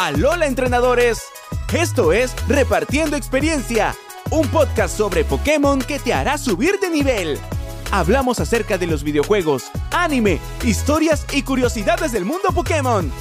Alola entrenadores, esto es Repartiendo Experiencia, un podcast sobre Pokémon que te hará subir de nivel. Hablamos acerca de los videojuegos, anime, historias y curiosidades del mundo Pokémon.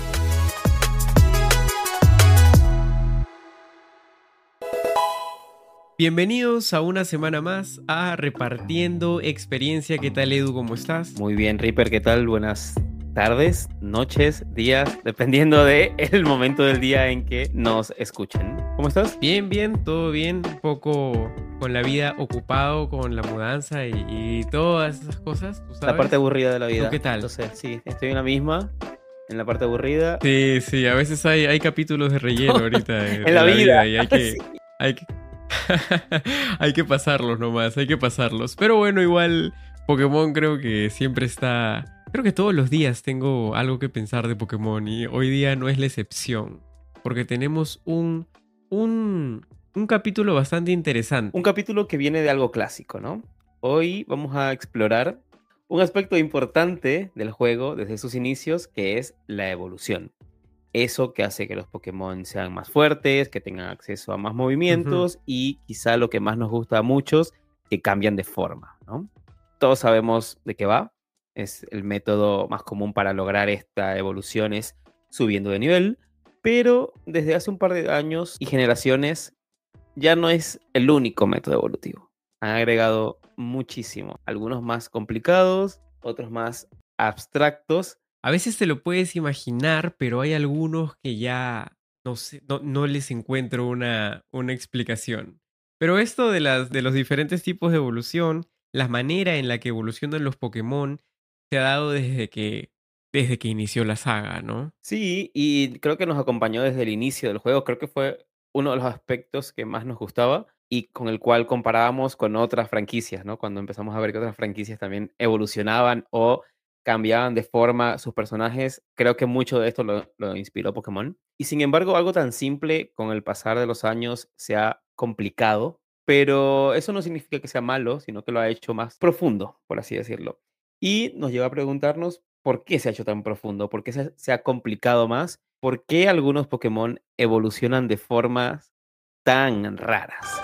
Bienvenidos a una semana más a Repartiendo Experiencia. ¿Qué tal, Edu? ¿Cómo estás? Muy bien, Reaper, ¿qué tal? Buenas tardes, noches, días, dependiendo del momento del día en que nos escuchen. ¿Cómo estás? Bien, todo bien. Un poco con la vida ocupado, con la mudanza y todas esas cosas, ¿tú sabes? La parte aburrida de la vida. ¿Tú qué tal? Entonces, sí, estoy en la misma, en la parte aburrida. Sí, a veces hay capítulos de relleno ahorita En la vida. y hay que... Sí. Hay que pasarlos nomás, hay que pasarlos. Pero bueno, igual Pokémon creo que siempre está... Creo que todos los días tengo algo que pensar de Pokémon y hoy día no es la excepción. Porque tenemos un capítulo bastante interesante. Un capítulo que viene de algo clásico, ¿no? Hoy vamos a explorar un aspecto importante del juego desde sus inicios, que es la evolución. Eso que hace que los Pokémon sean más fuertes, que tengan acceso a más movimientos y quizá lo que más nos gusta a muchos, que cambian de forma, ¿no? Todos sabemos de qué va. Es el método más común para lograr esta evolución es subiendo de nivel, pero desde hace un par de años y generaciones ya no es el único método evolutivo. Han agregado muchísimo, algunos más complicados, otros más abstractos. A veces te lo puedes imaginar, pero hay algunos que ya no sé, no les encuentro una explicación. Pero esto de los diferentes tipos de evolución, la manera en la que evolucionan los Pokémon, se ha dado desde que inició la saga, ¿no? Sí, y creo que nos acompañó desde el inicio del juego. Creo que fue uno de los aspectos que más nos gustaba y con el cual comparábamos con otras franquicias, ¿no? Cuando empezamos a ver que otras franquicias también evolucionaban o cambiaban de forma sus personajes, creo que mucho de esto lo inspiró Pokémon. Y sin embargo, algo tan simple con el pasar de los años se ha complicado, pero eso no significa que sea malo, sino que lo ha hecho más profundo, por así decirlo. Y nos lleva a preguntarnos por qué se ha hecho tan profundo, por qué se ha complicado más, por qué algunos Pokémon evolucionan de formas tan raras.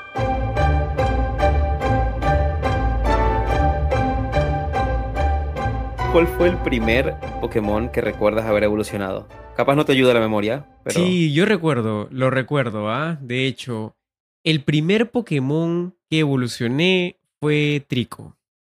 ¿Cuál fue el primer Pokémon que recuerdas haber evolucionado? Capaz no te ayuda la memoria, pero... Sí, lo recuerdo, ¿ah? De hecho, el primer Pokémon que evolucioné fue Trico.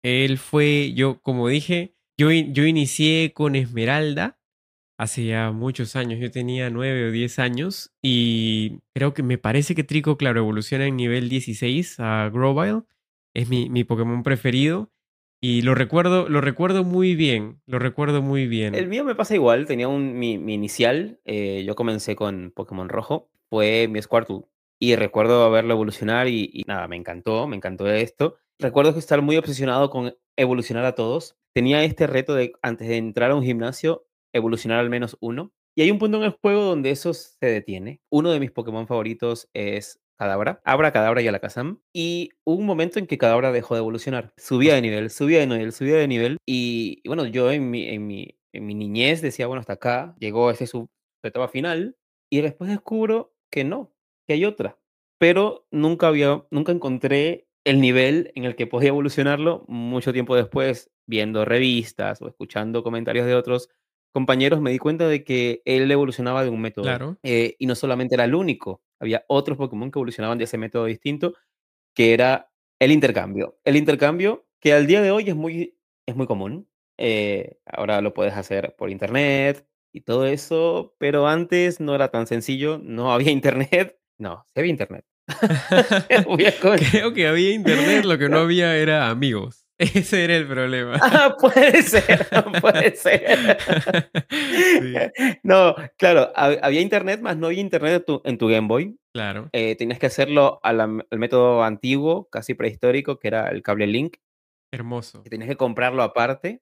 Como dije, yo inicié con Esmeralda hace ya muchos años. Yo tenía 9 o 10 años y creo que me parece que Trico, claro, evoluciona en nivel 16 a Grovyle. Es mi Pokémon preferido y lo recuerdo muy bien, lo recuerdo muy El bien. mío me pasa igual, tenía mi inicial, yo comencé con Pokémon Rojo, fue mi Squirtle, y recuerdo verlo evolucionar y nada, me encantó esto. Recuerdo que estar muy obsesionado con evolucionar a todos. Tenía este reto de, antes de entrar a un gimnasio, evolucionar al menos uno. Y hay un punto en el juego donde eso se detiene. Uno de mis Pokémon favoritos es Kadabra, Abra, Kadabra y Alakazam. Y hubo un momento en que Kadabra dejó de evolucionar. Subía de nivel, subía de nivel, subía de nivel. Y bueno, yo en mi niñez decía, bueno, hasta acá llegó ese su etapa final. Y después descubro que no, que hay otra. Pero nunca encontré el nivel en el que podía evolucionarlo. Mucho tiempo después, viendo revistas o escuchando comentarios de otros compañeros, me di cuenta de que él evolucionaba de un método. Claro. Y no solamente era el único, había otros Pokémon que evolucionaban de ese método distinto, que era el intercambio. El intercambio que al día de hoy es muy común. Ahora lo puedes hacer por internet y todo eso, pero antes no era tan sencillo, no había internet. No, sí había internet. Voy a con- Creo que había internet, lo que no había era amigos. Ese era el problema. Puede ser, puede ser. Sí, No, claro, había internet, más no había internet en tu Game Boy. claro. Tenías que hacerlo al método antiguo, casi prehistórico, que era el cable Link, Hermoso. que tenías que comprarlo aparte.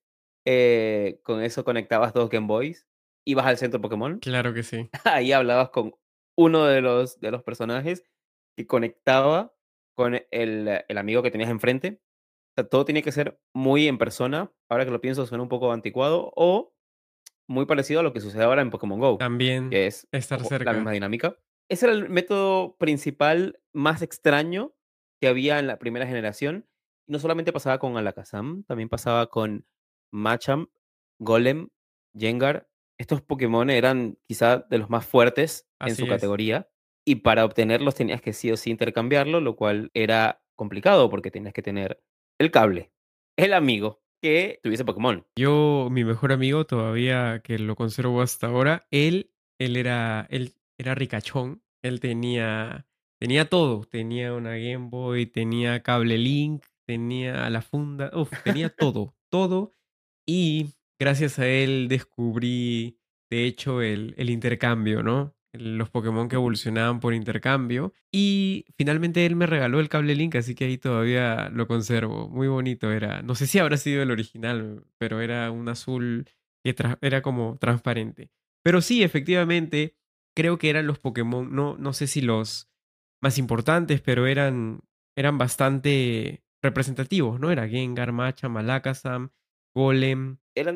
Con eso conectabas dos Game Boys, ibas al centro Pokémon, Claro que sí. ahí hablabas con uno de los personajes que conectaba con el amigo que tenías enfrente. O sea, todo tiene que ser muy en persona. Ahora que lo pienso, suena un poco anticuado o muy parecido a lo que sucede ahora en Pokémon Go, También que es, estar ojo, la cerca. misma dinámica. Ese era el método principal más extraño que había en la primera generación. Y no solamente pasaba con Alakazam, también pasaba con Machamp, Golem, Gengar. Estos Pokémon eran quizá de los más fuertes en su Así es. categoría y para obtenerlos tenías que sí o sí intercambiarlo, lo cual era complicado porque tenías que tener el cable, el amigo que tuviese Pokémon. Yo, mi mejor amigo, todavía que lo conservo hasta ahora, él era ricachón. Él tenía todo. Tenía una Game Boy, tenía cable Link, tenía la funda, tenía todo, todo. Y gracias a él descubrí, de hecho, el intercambio, ¿no? Los Pokémon que Ujú. evolucionaban por intercambio. Y finalmente él me regaló el cable Link, así que ahí todavía lo conservo. Muy bonito era. No sé si habrá sido el original, pero era un azul que era como transparente. Pero sí, efectivamente, creo que eran los Pokémon, no sé si los más importantes, pero eran bastante representativos, ¿no? Era Gengar, Machamp, Alakazam, Golem.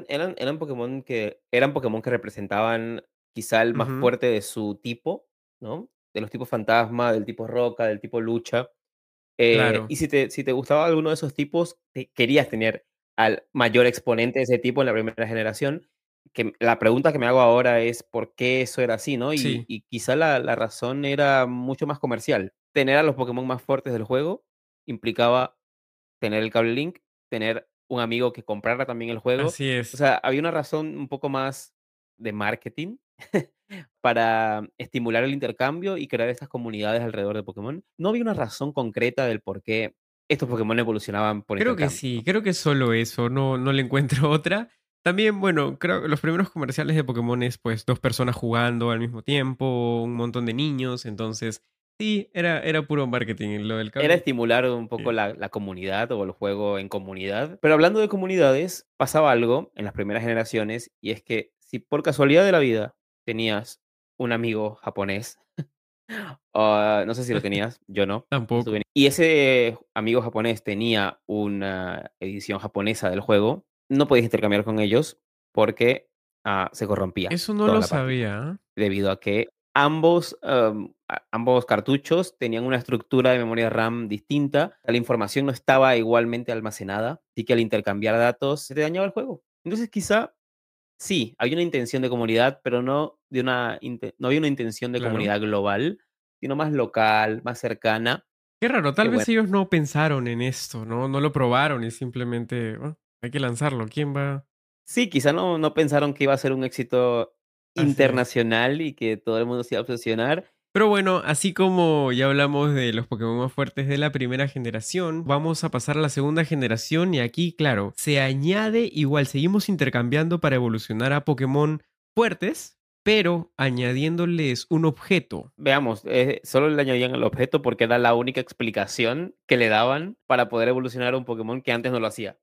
Eran Pokémon que representaban quizá el más Ujú, fuerte de su tipo, ¿no? De los tipos fantasma, del tipo roca, del tipo lucha. claro, Y si te gustaba alguno de esos tipos, querías tener al mayor exponente de ese tipo en la primera generación. La pregunta que me hago ahora es por qué eso era así, ¿no? Y, sí, y quizá la razón era mucho más comercial. Tener a los Pokémon más fuertes del juego implicaba tener el cable Link, tener un amigo que comprara también el juego. así O es. sea, había una razón un poco más de marketing para estimular el intercambio y crear estas comunidades alrededor de Pokémon. No había una razón concreta del por qué estos Pokémon evolucionaban por Creo que intercambio, sí, ¿no? creo que es solo eso, no le encuentro otra. También, bueno, creo que los primeros comerciales de Pokémon es pues 2 personas jugando al mismo tiempo, un montón de niños, entonces sí, era puro marketing lo del Era cable. estimular un poco Sí. la comunidad o el juego en comunidad. Pero hablando de comunidades, pasaba algo en las primeras generaciones y es que si por casualidad de la vida tenías un amigo japonés. No sé si lo tenías, yo no. Tampoco. Y ese amigo japonés tenía una edición japonesa del juego, no podías intercambiar con ellos porque, se corrompía Eso no toda lo la partida, sabía, ¿ah? debido a que ambos cartuchos tenían una estructura de memoria RAM distinta, la información no estaba igualmente almacenada, así que al intercambiar datos se te dañaba el juego. Entonces, quizá sí, hay una intención de comunidad, pero no había una intención de Claro. comunidad global, sino más local, más cercana, Qué raro, que tal bueno, vez ellos no pensaron en esto, no lo probaron y simplemente, hay que lanzarlo, ¿quién va? sí, quizá no pensaron que iba a ser un éxito Así es. internacional y que todo el mundo se iba a obsesionar. Pero bueno, así como ya hablamos de los Pokémon más fuertes de la primera generación, vamos a pasar a la segunda generación y aquí, claro, se añade, igual seguimos intercambiando para evolucionar a Pokémon fuertes, pero añadiéndoles un objeto. Veamos, solo le añadían el objeto porque era la única explicación que le daban para poder evolucionar a un Pokémon que antes no lo hacía.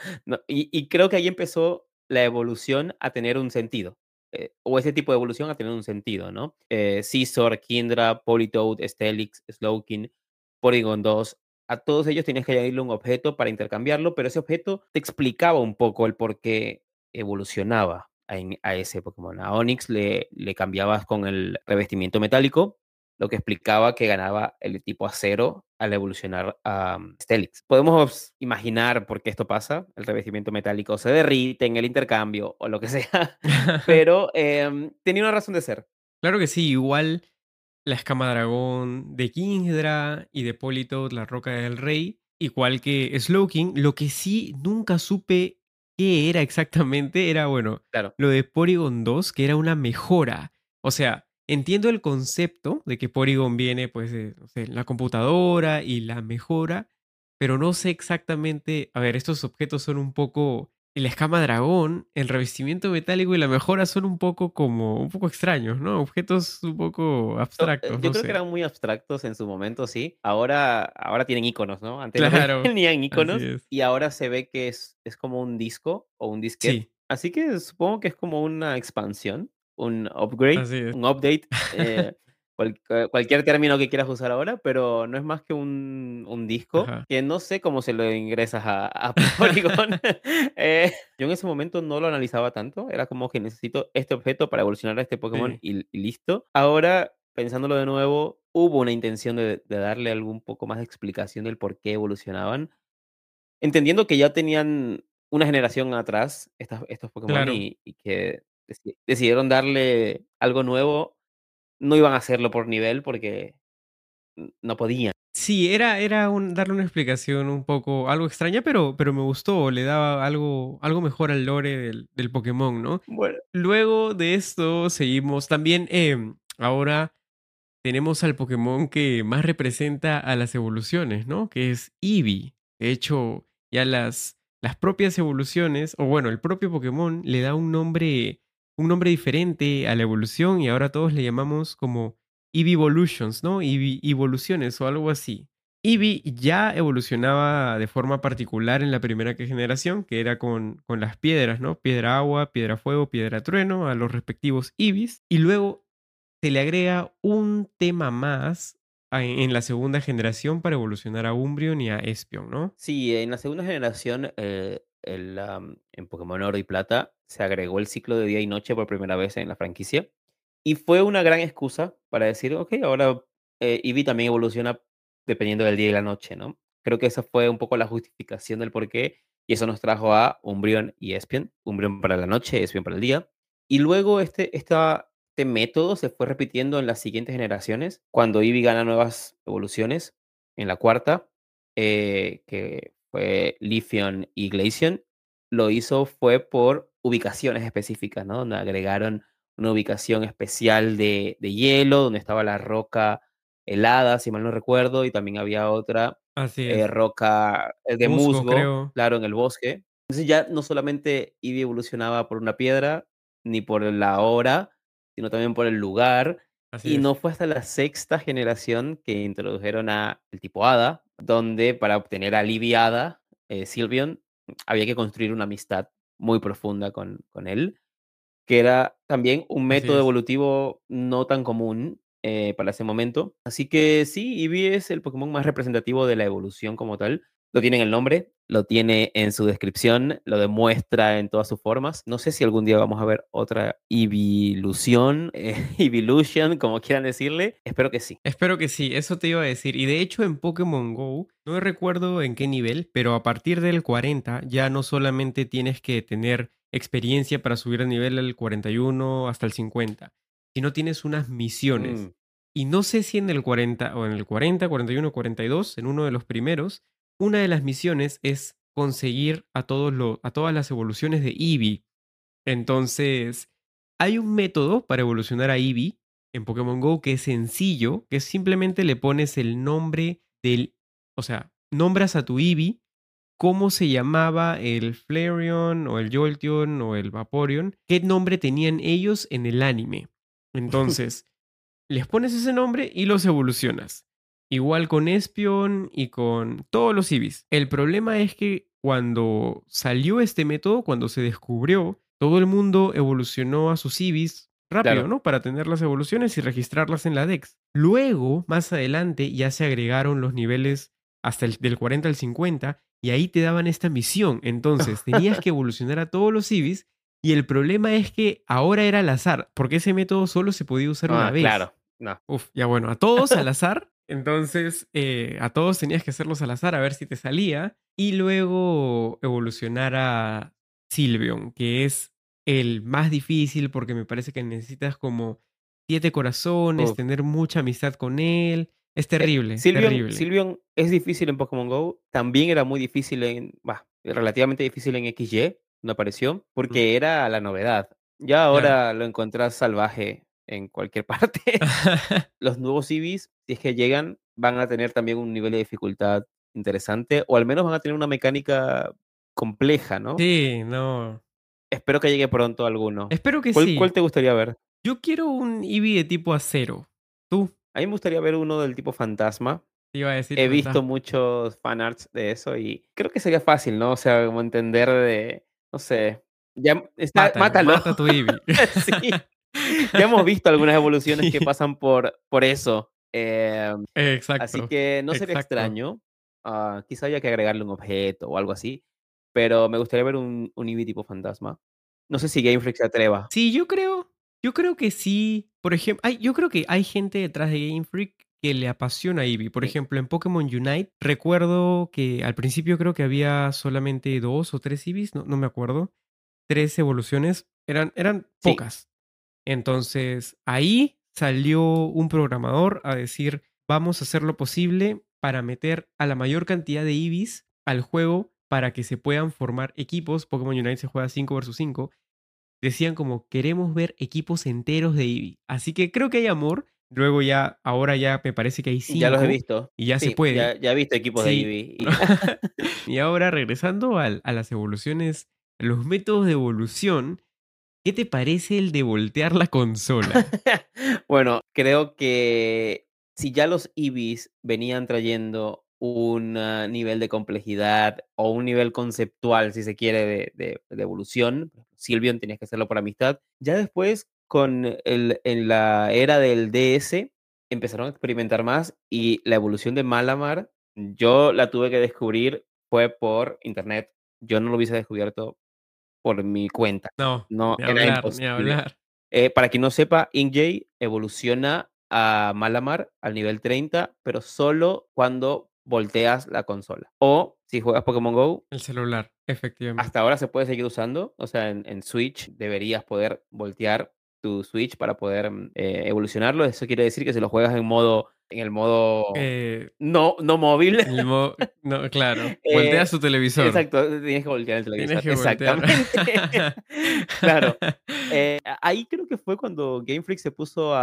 Y creo que ahí empezó la evolución a tener un sentido, o ese tipo de evolución a tener un sentido, ¿no? Scizor, Kindra, Politoed, Steelix, Slowking, Porygon 2, a todos ellos tenías que añadirle un objeto para intercambiarlo, pero ese objeto te explicaba un poco el por qué evolucionaba a ese Pokémon. A Onix le cambiabas con el revestimiento metálico, lo que explicaba que ganaba el tipo acero al evolucionar a Steelix. Podemos imaginar por qué esto pasa. El revestimiento metálico se derrite en el intercambio o lo que sea, pero tenía una razón de ser. Claro que sí, igual la escama dragón de Kingdra y de Politoed, la roca del rey, igual que Slowking. Lo que sí nunca supe qué era exactamente era, bueno, Claro. lo de Porygon 2, que era una mejora. O sea, entiendo el concepto de que Porygon viene, pues, de, no sé, la computadora y la mejora, pero no sé exactamente. A ver, estos objetos son un poco. La escama dragón, el revestimiento metálico y la mejora son un poco extraños, ¿no? Objetos un poco abstractos, Yo no creo que sé. eran muy abstractos en su momento, sí. Ahora tienen iconos, ¿no? Antes no Claro, tenían así iconos es. y ahora se ve que es como un disco o un disquete. Sí, Así que supongo que es como una expansión, un upgrade, así es. un update. cualquier término que quieras usar ahora, pero no es más que un disco Ajá. que no sé cómo se lo ingresas a Polygon. Yo en ese momento no lo analizaba tanto, era como que necesito este objeto para evolucionar a este Pokémon Sí, y listo. Ahora, pensándolo de nuevo, hubo una intención de darle algún poco más de explicación del por qué evolucionaban, entendiendo que ya tenían una generación atrás estos Pokémon claro. y que decidieron darle algo nuevo, no iban a hacerlo por nivel porque no podían. Sí, era darle una explicación un poco algo extraña, pero me gustó, le daba algo mejor al lore del Pokémon, ¿no? Bueno, Luego de esto seguimos también, ahora tenemos al Pokémon que más representa a las evoluciones, ¿no? Que es Eevee. De hecho, ya las propias evoluciones, o bueno, el propio Pokémon le da un nombre diferente a la evolución y ahora todos le llamamos como Eevee Evolutions, ¿no? Eevee Evoluciones o algo así. Eevee ya evolucionaba de forma particular en la primera generación, que era con las piedras, ¿no? Piedra agua, piedra fuego, piedra trueno, a los respectivos Eevees. Y luego se le agrega un tema más en la segunda generación para evolucionar a Umbreon y a Espeon, ¿no? sí, en la segunda generación, en Pokémon Oro y Plata, se agregó el ciclo de día y noche por primera vez en la franquicia. Y fue una gran excusa para decir, ok, ahora Eevee también evoluciona dependiendo del día y la noche, ¿no? Creo que esa fue un poco la justificación del por qué. Y eso nos trajo a Umbreon y Espeon. Umbreon para la noche, Espeon para el día. Y luego este método se fue repitiendo en las siguientes generaciones, cuando Eevee gana nuevas evoluciones. En la cuarta, que fue Leafeon y Glaceon, lo hizo fue por ubicaciones específicas, ¿no? Donde agregaron una ubicación especial de hielo, donde estaba la roca helada, si mal no recuerdo, y también había otra Así es. roca de Musgo, musgo, creo. claro, en el bosque. Entonces ya no solamente Eevee evolucionaba por una piedra, ni por la hora, sino también por el lugar. Así Y es. no fue hasta la sexta generación que introdujeron a el tipo Hada, donde para obtener a Libby Hada, Sylveon, había que construir una amistad muy profunda con él, que era también un Así método es. evolutivo no tan común, para ese momento. Así que sí, Eevee es el Pokémon más representativo de la evolución como tal. Lo tiene en el nombre, lo tiene en su descripción, lo demuestra en todas sus formas. No sé si algún día vamos a ver otra Eeveelución, Eeveelution, como quieran decirle. Espero que sí. Espero que sí, eso te iba a decir. Y de hecho en Pokémon Go, no recuerdo en qué nivel, pero a partir del 40 ya no solamente tienes que tener experiencia para subir el nivel al 41 hasta el 50, sino tienes unas misiones. Mm. Y no sé si en el 40 o en el 40, 41, 42, en uno de los primeros, una de las misiones es conseguir a todas las evoluciones de Eevee. Entonces, hay un método para evolucionar a Eevee en Pokémon Go que es sencillo, que simplemente le pones el nombre o sea, nombras a tu Eevee, cómo se llamaba el Flareon o el Jolteon o el Vaporeon, qué nombre tenían ellos en el anime. Entonces, les pones ese nombre y los evolucionas. Igual con Espeon y con todos los Eevees. El problema es que cuando salió este método, cuando se descubrió, todo el mundo evolucionó a sus Eevees rápido, Claro. ¿no? Para tener las evoluciones y registrarlas en la Dex. Luego, más adelante, ya se agregaron los niveles hasta del 40 al 50 y ahí te daban esta misión. Entonces, tenías que evolucionar a todos los Eevees y el problema es que ahora era al azar, porque ese método solo se podía usar una Ah, vez. claro. No. Uf, ya bueno, a todos al azar. Entonces, a todos tenías que hacerlos al azar a ver si te salía. Y luego evolucionar a Sylveon, que es el más difícil porque me parece que necesitas como 7 corazones, Uf. tener mucha amistad con él. Es terrible, Sylveon, terrible. Sylveon es difícil en Pokémon Go. También era muy difícil relativamente difícil en XY, no apareció, Mm. porque era la novedad. Ya Claro. ahora lo encontrás salvaje en cualquier parte. Los nuevos Eevees, si es que llegan, van a tener también un nivel de dificultad interesante, o al menos van a tener una mecánica compleja, ¿no? Sí, no. Espero que llegue pronto alguno. Espero que ¿Cuál sí. te gustaría ver? Yo quiero un Eevee de tipo acero. ¿Tú? A mí me gustaría ver uno del tipo fantasma. Te iba a decir He visto fantasma. muchos fanarts de eso y creo que sería fácil, ¿no? O sea, como entender de, no sé, ya está, Mátalo, mátalo. mata a tu Eevee. Sí. Ya hemos visto algunas evoluciones que Sí, pasan por eso. Así exacto, que no sería exacto. extraño. Quizá haya que agregarle un objeto o algo así. Pero me gustaría ver un Eevee tipo fantasma. No sé si Game Freak se atreva. Sí, yo creo que sí. Por ejemplo, yo creo que hay gente detrás de Game Freak que le apasiona Eevee. Por Sí, ejemplo, en Pokémon Unite, recuerdo que al principio creo que había solamente 2 o 3 Eevees, no me acuerdo. 3 evoluciones, eran sí. pocas. Entonces, ahí salió un programador a decir, vamos a hacer lo posible para meter a la mayor cantidad de Eevees al juego para que se puedan formar equipos. Pokémon Unite se juega 5 versus 5. Decían como, queremos ver equipos enteros de Eevee. Así que creo que hay amor. Luego ya, ahora ya me parece que hay Ya los he 5 visto. y ya se Sí, puede. ya he visto equipos de Sí. Eevee. Y ahora regresando a las evoluciones, los métodos de evolución, ¿qué te parece el de voltear la consola? Bueno, creo que si ya los Eevees venían trayendo un nivel de complejidad o un nivel conceptual, si se quiere, de evolución, Sylveon tenías que hacerlo por amistad. Ya después, en la era del DS, empezaron a experimentar más y la evolución de Malamar, yo la tuve que descubrir, fue por internet. Yo no lo hubiese descubierto por mi cuenta. No, No, ni era hablar, ni imposible. hablar. Para quien no sepa, Injay evoluciona a Malamar al nivel 30, pero solo cuando volteas la consola. O si juegas Pokémon Go, El celular, efectivamente. hasta ahora se puede seguir usando. O sea, en Switch deberías poder voltear tu Switch para poder evolucionarlo. Eso quiere decir que si lo juegas en el modo Eh, no móvil, no, claro. Voltea eh, su televisor. exacto, tienes que voltear el Tienes televisor. que voltear. Exactamente. Claro. Ahí creo que fue cuando Game Freak se puso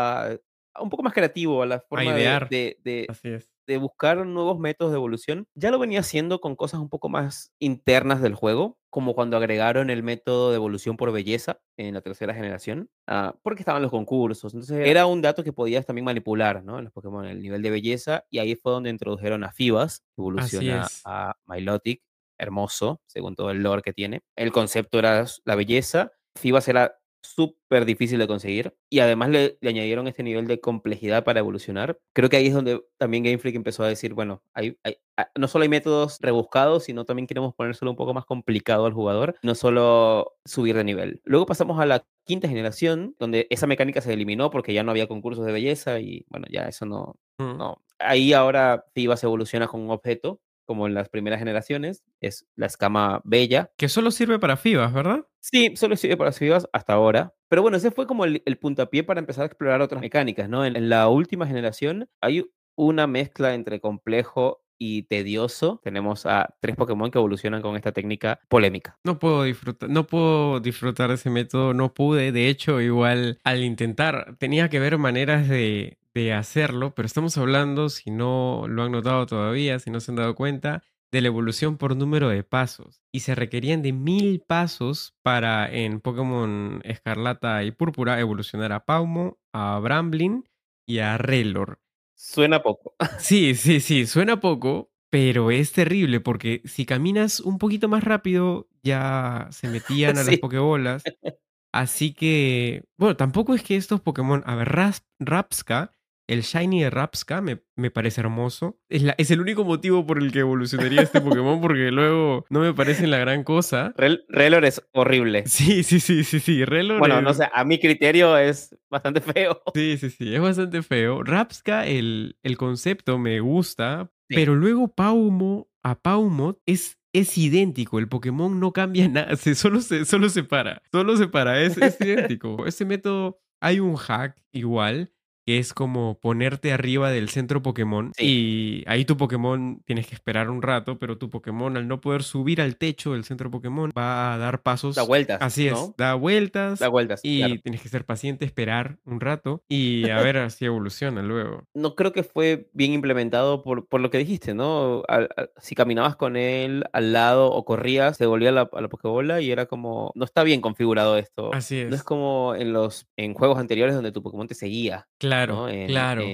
a un poco más creativo a la A forma idear. Así es. de buscar nuevos métodos de evolución. Ya lo venía haciendo con cosas un poco más internas del juego, como cuando agregaron el método de evolución por belleza en la tercera generación, porque estaban los concursos. Entonces era un dato que podías también manipular, ¿no? En los Pokémon, el nivel de belleza, y ahí fue donde introdujeron a Fibas, que Así evoluciona es. a Milotic, hermoso, según todo el lore que tiene. El concepto era la belleza. Fibas era súper difícil de conseguir y además le añadieron este nivel de complejidad para evolucionar. Creo que ahí es donde también Game Freak empezó a decir, bueno, no solo hay métodos rebuscados, sino también queremos ponérselo un poco más complicado al jugador, no solo subir de nivel. Luego pasamos a la quinta generación, donde esa mecánica se eliminó porque ya no había concursos de belleza y bueno, ya eso Mm. no. Ahí ahora Fibas evoluciona con un objeto, como en las primeras generaciones, es la escama bella. Que solo sirve para FIBAs, ¿verdad? Sí, solo sirve para las FIBAs hasta ahora. Pero bueno, ese fue como el puntapié para empezar a explorar otras mecánicas, ¿no? En la última generación hay una mezcla entre complejo y tedioso. Tenemos a 3 Pokémon que evolucionan con esta técnica polémica. No puedo disfrutar de ese método, no pude. De hecho, igual al intentar, tenía que ver maneras de hacerlo, pero estamos hablando, si no lo han notado todavía, si no se han dado cuenta, de la evolución por número de pasos. Y se requerían de 1000 pasos para en Pokémon Escarlata y Púrpura evolucionar a Paumo, a Bramblin y a Rellor. Suena poco. Sí, sí, sí, suena poco, pero es terrible porque si caminas un poquito más rápido ya se metían a las Sí. Pokébolas. Así que, bueno, tampoco es que estos Pokémon, a ver, Rapska, el Shiny de Rapska me parece hermoso. Es el único motivo por el que evolucionaría este Pokémon porque luego no me parecen la gran cosa. Relor es horrible. Sí, sí, sí, sí, sí, Relor Bueno, no es... sé, a mi criterio es bastante feo. Sí, sí, sí, es bastante feo. Rapska, el concepto me gusta, Sí, pero luego a Paumot es idéntico. El Pokémon no cambia nada, solo se para, es idéntico. Este método, hay un hack igual, que es como ponerte arriba del centro Pokémon sí. y ahí tu Pokémon tienes que esperar un rato, pero tu Pokémon al no poder subir al techo del centro Pokémon va a dar Da pasos. vueltas, Así es, ¿no? da Da vueltas vueltas, claro. y tienes que ser paciente, esperar un rato y a ver si evoluciona luego. No creo que fue bien implementado por lo que dijiste, ¿no? Si caminabas con él al lado o corrías, se volvía a la Pokébola y era como, no está bien configurado esto. Así No es es. como en juegos anteriores donde tu Pokémon te seguía. Claro, ¿no? claro.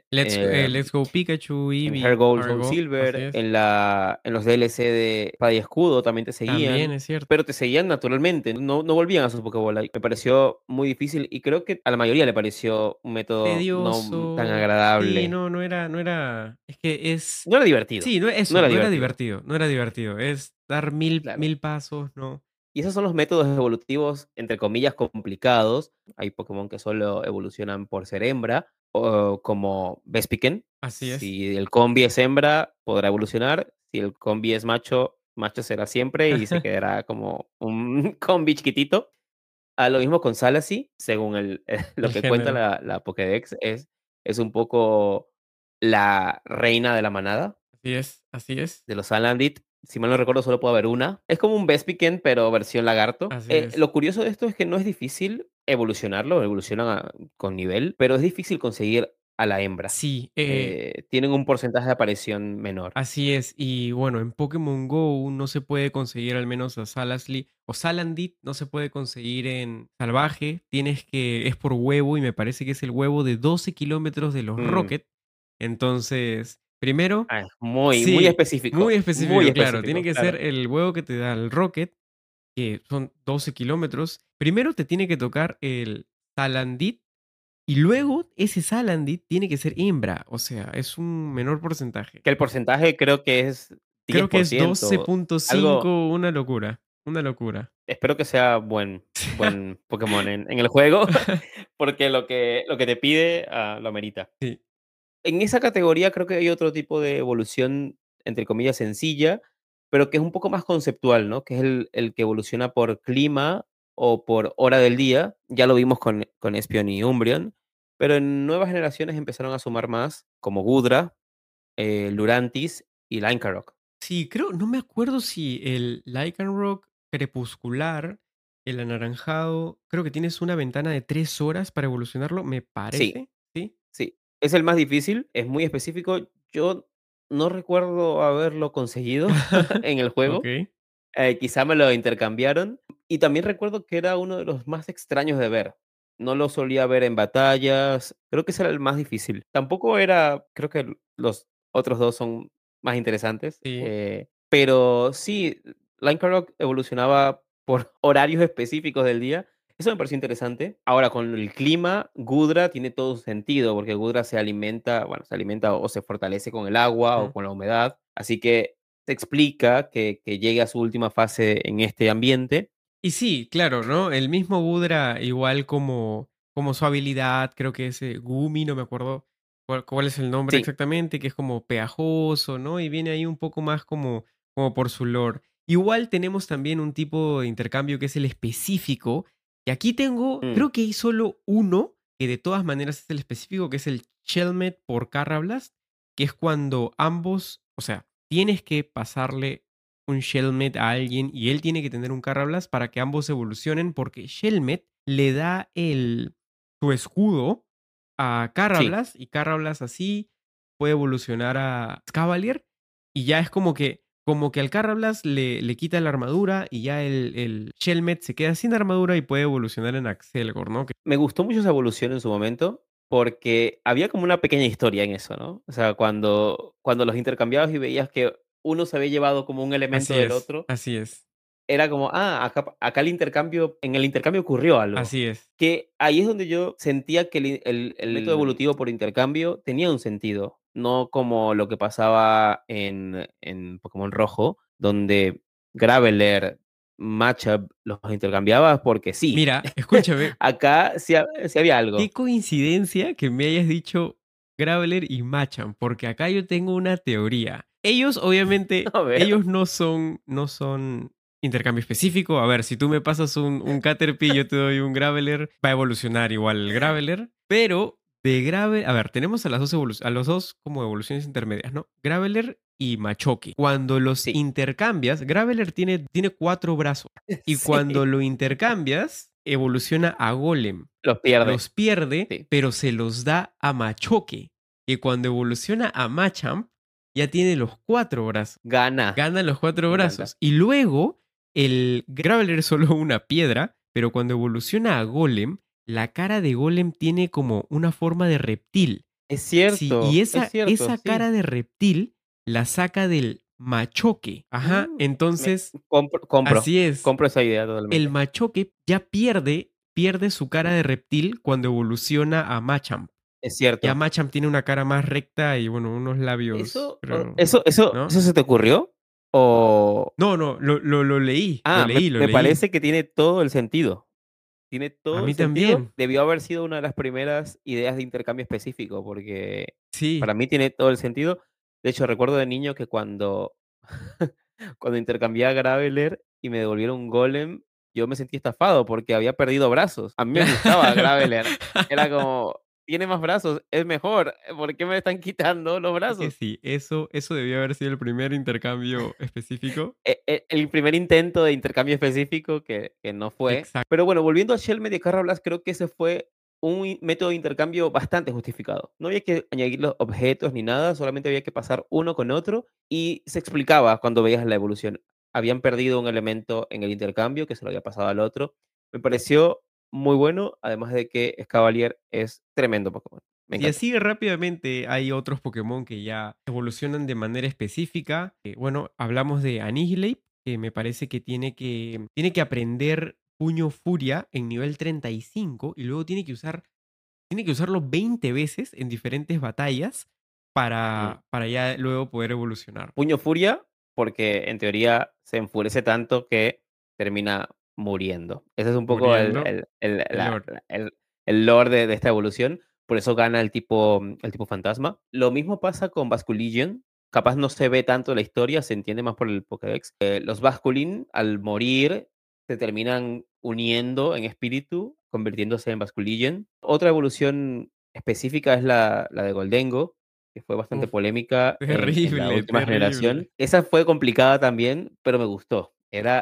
Let's Go Pikachu, En Eevee, Heart Gold, Soul Argo, así Silver, es. en los DLC de Espada y Escudo también te También seguían, es cierto. pero te seguían naturalmente, no volvían a sus Pokébola. Me pareció muy difícil y creo que a la mayoría le pareció un método no tan Tedioso. Sí, agradable. no era. Es que es. No era divertido, Sí, no, no eso, era no era divertido, divertido, no era divertido. Es dar mil, claro. mil pasos, ¿no? Y esos son los métodos evolutivos, entre comillas, complicados. Hay Pokémon que solo evolucionan por ser hembra, o como Vespiquen. Así es. Si el combi es hembra, podrá evolucionar. Si el combi es macho, macho será siempre y se quedará como un combi chiquitito. Lo mismo con Salacy, según lo El que cuenta género. la Pokédex, es un poco la reina de la manada Así es, así es, de los Salandit. Si mal no recuerdo, solo puede haber una. Es como un Vespiquen, pero versión lagarto. así es. Lo curioso de esto es que no es difícil evolucionarlo, con nivel, pero es difícil conseguir a la hembra. Sí, Tienen un porcentaje de aparición menor. así es. Y bueno, en Pokémon Go no se puede conseguir al menos a Salasly o Salandit, no se puede conseguir en salvaje. Es por huevo y me parece que es el huevo de 12 kilómetros de los Mm, Rocket. Entonces, primero, es muy, sí, muy muy específico, claro. Tiene específico, que ser claro. el huevo que te da el Rocket, que son 12 kilómetros. Primero te tiene que tocar el Salandit y luego ese Salandit tiene que ser hembra. O sea, es un menor porcentaje. Que el porcentaje creo que es Creo que es 10%. Algo, 12.5, una locura, una locura. espero que sea buen Pokémon en el juego, porque lo que te pide lo amerita. Sí, En esa categoría creo que hay otro tipo de evolución, entre comillas, sencilla, pero que es un poco más conceptual, ¿no? Que es el que evoluciona por clima o por hora del día. Ya lo vimos con Espeon y Umbreon, pero en nuevas generaciones empezaron a sumar más, como Gudra, Lurantis y Linkoroc. sí, creo, no me acuerdo si el Lycanroc crepuscular, el anaranjado, creo que tienes una ventana de 3 horas para evolucionarlo, me Sí, parece, ¿sí? sí, es el más difícil, es muy específico. Yo no recuerdo haberlo conseguido en el juego. Ok, Quizá me lo intercambiaron. Y también recuerdo que era uno de los más extraños de ver. No lo solía ver en batallas. Creo que ese era el más difícil. Tampoco era, creo que los otros dos son más interesantes. sí. Pero sí, Linkoroc evolucionaba por horarios específicos del día. Eso me pareció interesante. Ahora, con el clima, Gudra tiene todo su sentido, porque Gudra se alimenta, bueno, se alimenta o se fortalece con el agua o Ujú. con la humedad. Así que se explica que llegue a su última fase en este ambiente. Y sí, claro, ¿no? El mismo Budra, igual como su habilidad, creo que ese Gumi, no me acuerdo cuál es el nombre Sí, exactamente, que es como pegajoso, ¿no? Y viene ahí un poco más como por su lore. Igual tenemos también un tipo de intercambio que es el específico, y aquí tengo, mm, creo que hay solo uno, que de todas maneras es el específico, que es el Shelmet por Carrablast, que es cuando ambos, o sea, tienes que pasarle un Shelmet a alguien y él tiene que tener un Carrablast para que ambos evolucionen porque Shelmet le da su escudo a sí. Carrablast y Carrablast así puede evolucionar a Scavalier y ya es como que al Carrablast le quita la armadura y ya el Shelmet se queda sin armadura y puede evolucionar en Axelgor, ¿no? Me gustó mucho esa evolución en su momento, porque había como una pequeña historia en eso, ¿no? O sea, cuando los intercambiabas y veías que uno se había llevado como un elemento Así del es, otro, así es, era como, acá en el intercambio ocurrió algo. así es. Que ahí es donde yo sentía que el método evolutivo por intercambio tenía un sentido, no como lo que pasaba en Pokémon Rojo, donde Graveler, Machop los intercambiabas porque sí. Mira, escúchame, Acá sí había qué algo. coincidencia que me hayas dicho Graveler y Machamp, porque acá yo tengo una teoría. Ellos, obviamente, A ver. ellos no son intercambio específico. A ver, si tú me pasas un Caterpie y yo te doy un Graveler, va a evolucionar igual el Graveler. Pero de Graveler, a ver, tenemos a los dos como evoluciones intermedias, ¿no? Graveler y Machoke. Cuando los Sí, intercambias, Graveler tiene 4 brazos. Y cuando sí, lo intercambias, evoluciona a Golem. los pierde. Los pierde, Sí. pero se los da a Machoke, que cuando evoluciona a Machamp ya tiene los 4 brazos. Gana. Gana los cuatro Me encanta. brazos. Y luego el Graveler es solo una piedra, pero cuando evoluciona a Golem la cara de Golem tiene como una forma de reptil. Sí, y Es cierto, esa sí. cara de reptil la saca del Machoke. Ajá, Mm, me entonces, compro, así es. compro esa idea El totalmente. Machoke ya pierde su cara de reptil cuando evoluciona a Machamp. Es Ya cierto. Machamp tiene una cara más recta y bueno, unos labios, ¿Eso, creo, ¿no? eso se te ocurrió? O... No, no, lo leí, Ah, lo me leí. parece que tiene todo el sentido. Tiene A todo el mí sentido. también. Debió haber sido una de las primeras ideas de intercambio específico, porque Sí, para mí tiene todo el sentido. De hecho, recuerdo de niño que cuando, cuando intercambié a Graveler y me devolvieron un golem, yo me sentí estafado porque había perdido brazos. A mí me gustaba claro. Graveler. Era como, tiene más brazos, es mejor. ¿Por qué me están quitando los Es que brazos? sí, eso debió haber sido el primer intercambio específico. El primer intento de intercambio específico que no fue. Exacto. Pero bueno, volviendo a Shelmet y a Carrablas, creo que ese fue un método de intercambio bastante justificado. No había que añadir los objetos ni nada, solamente había que pasar uno con otro y se explicaba cuando veías la evolución. Habían perdido un elemento en el intercambio que se lo había pasado al otro. Me pareció muy bueno, además de que Escavalier es tremendo Pokémon. Me Y encanta. así rápidamente hay otros Pokémon que ya evolucionan de manera específica. Bueno, hablamos de Annihilate, que me parece que tiene que aprender Puño Furia en nivel 35 y luego tiene que usarlo 20 veces en diferentes batallas Mm. para ya luego poder evolucionar. Puño Furia, porque en teoría se enfurece tanto que termina muriendo. Ese es un poco Muriendo el Lord. el lore de esta evolución. Por eso gana el tipo fantasma. Lo mismo pasa con Basculegion. Capaz no se ve tanto la historia, se entiende más por el Pokédex. Los Basculin, al morir, se terminan uniendo en espíritu, convirtiéndose en Basculegion. Otra evolución específica es la de Goldengo, que fue bastante Uf, polémica en la terrible, última terrible. generación. Esa fue complicada también, pero me gustó.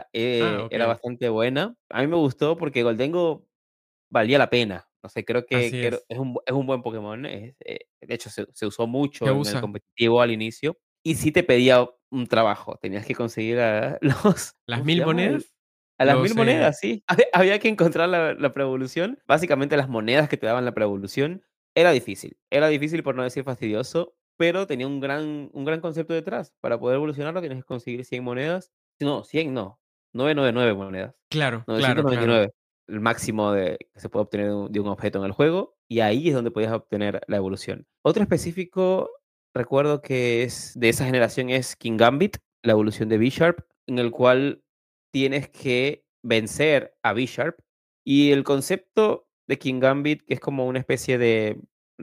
Ah, Era ok. bastante buena. A mí me gustó porque Goldengo valía la pena. No sé, creo Así que es. es un buen Pokémon. De hecho, se usó Se mucho en el usa. competitivo al inicio y sí te pedía un trabajo. Tenías que conseguir a los, ¿Las ¿cómo se 1000 llama? monedas? A las 1000 Los, monedas, sí. Había que encontrar la preevolución. Básicamente, las monedas que te daban la preevolución era difícil. Era difícil, por no decir fastidioso, pero tenía un gran concepto detrás. Para poder evolucionarlo, tienes que conseguir 100 monedas. No, 100 no, 999 monedas. claro, novecientos claro, noventa y claro. nueve el máximo que se puede obtener de un objeto en el juego, y ahí es donde podías obtener la evolución. Otro específico, recuerdo que es de esa generación, es King Gambit, la evolución de B-Sharp, en el cual tienes que vencer a B-Sharp. Y el concepto de King Gambit, que es como una especie de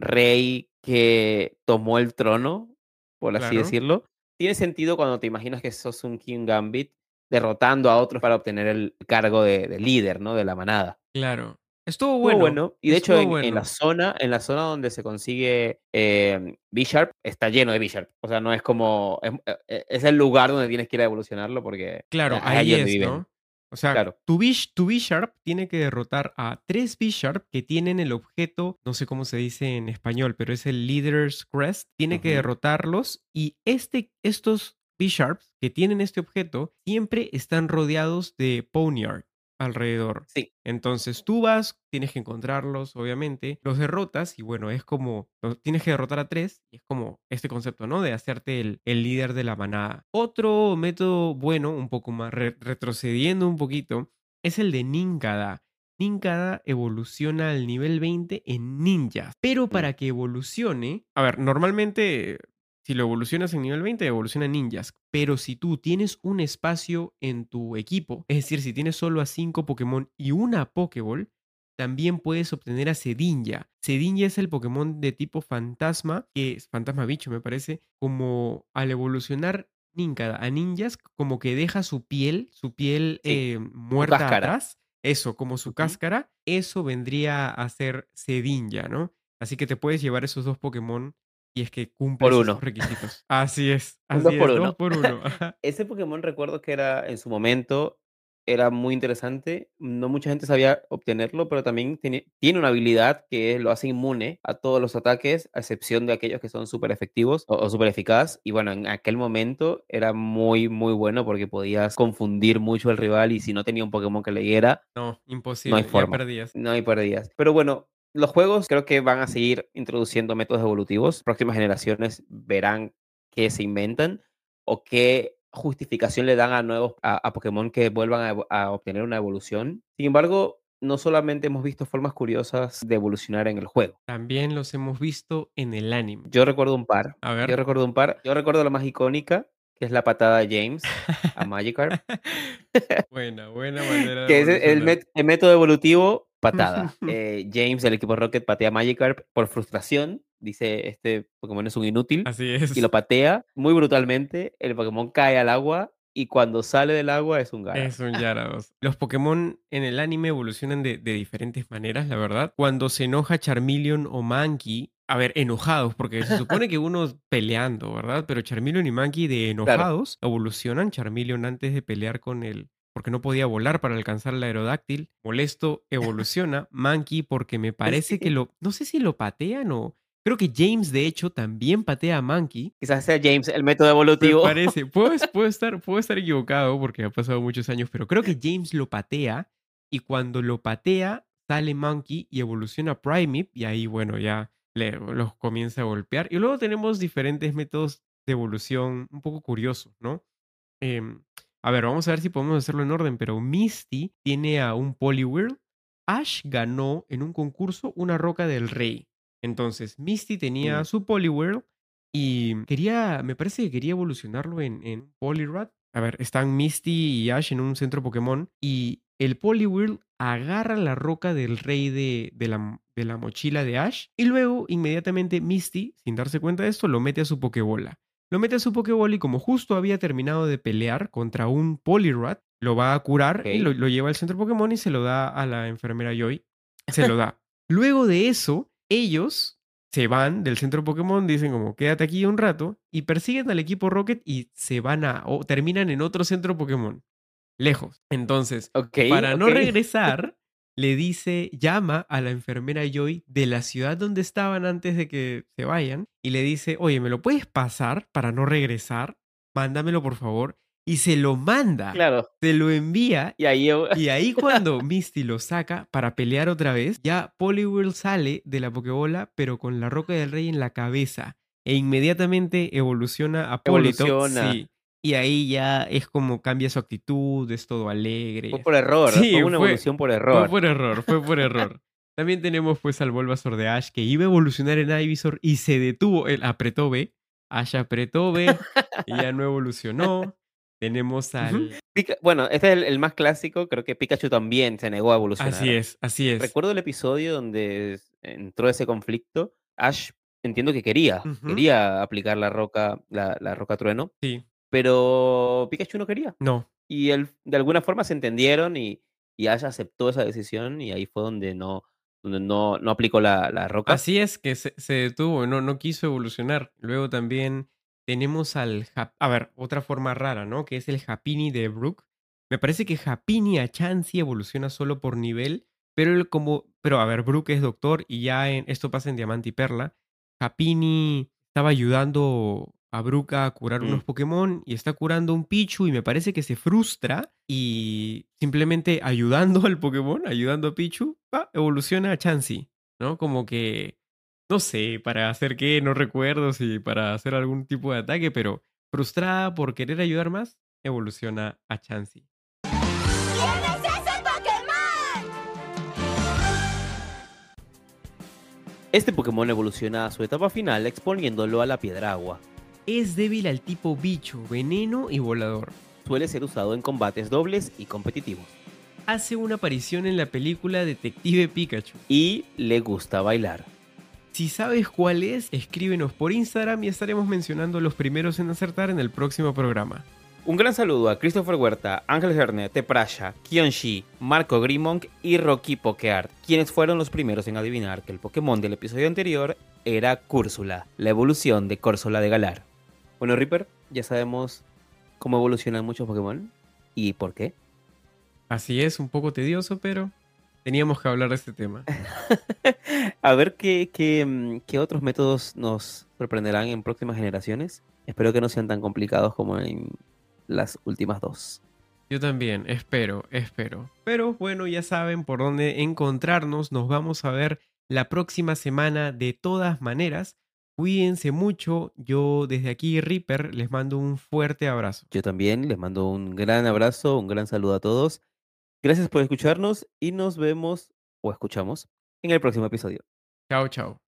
rey que tomó el trono, por así Claro, decirlo, tiene sentido cuando te imaginas que sos un King Gambit derrotando a otros para obtener el cargo de líder, ¿no? De la manada. claro. Estuvo Estuvo bueno, bueno. Y de hecho, estuvo en bueno. en la zona donde se consigue B-Sharp, está lleno de B-Sharp. O sea, no es como. Es el lugar donde tienes que ir a evolucionarlo porque Claro, es ahí allí donde es, viven. ¿no? O sea, Claro. tu B-Sharp tiene que derrotar a 3 B-Sharp que tienen el objeto, no sé cómo se dice en español, pero es el Leader's Crest. Tiene que Ujú. derrotarlos y estos B-Sharps que tienen este objeto siempre están rodeados de Ponyard alrededor. Sí, Entonces tú vas, tienes que encontrarlos, obviamente, los derrotas y bueno, es como, tienes que derrotar a 3 y es como este concepto, ¿no? De hacerte el líder de la manada. Otro método bueno, un poco más retrocediendo un poquito, es el de Ninkada. Ninkada evoluciona al nivel 20 en ninjas, pero mm, para que evolucione, a ver, normalmente si lo evolucionas en nivel 20, evoluciona en ninjas. Pero si tú tienes un espacio en tu equipo, es decir, si tienes solo a 5 Pokémon y una Pokéball, también puedes obtener a Cedinja. Cedinja es el Pokémon de tipo fantasma, que es fantasma bicho, me parece, como al evolucionar Nincada a ninjas, como que deja su piel sí. Su muerta cáscara. atrás. Eso, como su Ujú. cáscara, eso vendría a ser Cedinja, ¿no? Así que te puedes llevar esos dos Pokémon y es que Por cumples esos uno. requisitos. Un 2 Así por es, 2 uno. por uno. Ajá. Ese Pokémon recuerdo que era en su momento. era muy interesante. No mucha gente sabía obtenerlo, pero también tiene una habilidad que lo hace inmune a todos los ataques, a excepción de aquellos que son súper efectivos o súper eficaz. Y bueno, en aquel momento era muy, muy bueno porque podías confundir mucho al rival y si no tenía un Pokémon que le diera, No, no hay imposible, ya forma. perdías. No hay pérdidas. Pero bueno, los juegos creo que van a seguir introduciendo métodos evolutivos. Próximas generaciones verán qué se inventan o qué justificación le dan a Pokémon que vuelvan a obtener una evolución. Sin embargo, no solamente hemos visto formas curiosas de evolucionar en el juego. También los hemos visto en el anime. Yo recuerdo un par. A Yo ver. recuerdo un par. Yo recuerdo la más icónica, que es la patada de James a Magikarp. Buena manera de Que es evolucionar. el método evolutivo, patada. James del equipo Rocket patea a Magikarp por frustración. Dice, este Pokémon es un inútil. Así Y lo es. patea muy brutalmente. El Pokémon cae al agua y cuando sale del agua es un Es Gyarados. un Gyarados. Los Pokémon en el anime evolucionan de diferentes maneras, la verdad. Cuando se enoja Charmeleon o Mankey, a ver, enojados, porque se supone que uno peleando, ¿verdad? Pero Charmeleon y Mankey de Claro. enojados evolucionan. Charmeleon antes de pelear con él, porque no podía volar para alcanzar el Aerodáctil. Molesto, evoluciona. Mankey porque me parece que Sí. no sé si lo patean o... Creo que James, de hecho, también patea a Mankey. Quizás sea James el método Me evolutivo. parece, puedo estar equivocado porque ha pasado muchos años, pero creo que James lo patea y cuando lo patea sale Monkey y evoluciona a Primeape y ahí, bueno, ya los comienza a golpear. Y luego tenemos diferentes métodos de evolución un poco curiosos, ¿no? Em, a ver, vamos a ver si podemos hacerlo en orden, pero Misty tiene a un Poliwhirl. Ash ganó en un concurso una roca del rey. Entonces, Misty tenía Mm, su Poliwhirl y quería, me parece que quería evolucionarlo en Poliwrath. A ver, están Misty y Ash en un centro Pokémon y el Poliwhirl agarra la roca del rey de la mochila de Ash y luego inmediatamente Misty, sin darse cuenta de esto, lo mete a su Pokébola. Lo mete a su Pokébola y como justo había terminado de pelear contra un Poliwrath, lo va a curar y ok. lo lleva al centro Pokémon y se lo da a la enfermera Joy. Se lo da. Luego de eso, ellos se van del centro Pokémon, dicen como quédate aquí un rato y persiguen al equipo Rocket y se van o terminan en otro centro Pokémon, lejos. Entonces, Ok, para ok. no regresar, le dice, llama a la enfermera Joy de la ciudad donde estaban antes de que se vayan y le dice, oye, ¿me lo puedes pasar para no regresar? Mándamelo por favor. Y se lo manda, Claro. se lo envía Y ahí y ahí cuando Misty lo saca para pelear otra vez, ya Poliwhirl sale de la Pokébola, pero con la Roca del Rey en la cabeza. E inmediatamente evoluciona a Politoed, evoluciona. sí. Y ahí ya es como cambia su actitud, es todo alegre. Fue por error. Fue Sí, una evolución por fue error. por error, fue por error. También tenemos pues al Bulbasaur de Ash que iba a evolucionar en Ivysaur y se detuvo. Él apretó B. Ash apretó B y ya no evolucionó. Tenemos Ujú. al... Bueno, este es el más clásico. Creo que Pikachu también se negó a Así evolucionar. es, así es. Recuerdo el episodio donde entró ese conflicto. Ash, entiendo que quería, Ujú. quería aplicar la roca trueno, Sí, pero Pikachu no quería. no. Y él, de alguna forma se entendieron y Ash aceptó esa decisión y ahí fue donde no aplicó la roca. Así es que se detuvo, no quiso evolucionar. Luego también tenemos a ver, otra forma rara, ¿no? Que es el Happiny de Brook. Me parece que Happiny a Chansey evoluciona solo por nivel, pero pero a ver, Brook es doctor y ya esto pasa en Diamante y Perla. Happiny estaba ayudando a Brook a curar Mm, unos Pokémon y está curando un Pichu y me parece que se frustra y simplemente ayudando al Pokémon, ayudando a Pichu, evoluciona a Chansey. ¿No? Como que, no sé, para hacer qué, no recuerdo si para hacer algún tipo de ataque, pero frustrada por querer ayudar más, evoluciona a Chansey. ¿Quién es ese Pokémon? Este Pokémon evoluciona a su etapa final exponiéndolo a la piedra agua. Es débil al tipo bicho, veneno y volador. Suele ser usado en combates dobles y competitivos. Hace una aparición en la película Detective Pikachu. Y le gusta bailar. Si sabes cuál es, escríbenos por Instagram y estaremos mencionando los primeros en acertar en el próximo programa. Un gran saludo a Christopher Huerta, Ángel Gerne, Teprasha, Kyonshi, Marco Grimonk y Rocky Pokeart, quienes fueron los primeros en adivinar que el Pokémon del episodio anterior era Cúrsula, la evolución de Córsola de Galar. Bueno, Reaper, ya sabemos cómo evolucionan muchos Pokémon y por qué. Así es, un poco tedioso, pero teníamos que hablar de este tema. A ver qué otros métodos nos sorprenderán en próximas generaciones. Espero que no sean tan complicados como en las últimas dos. Yo también, espero. Pero bueno, ya saben por dónde encontrarnos. Nos vamos a ver la próxima semana de todas maneras. Cuídense mucho. Yo desde aquí, Reaper, les mando un fuerte abrazo. Yo también les mando un gran abrazo, un gran saludo a todos. Gracias por escucharnos y nos vemos o escuchamos en el próximo episodio. Chao, chao.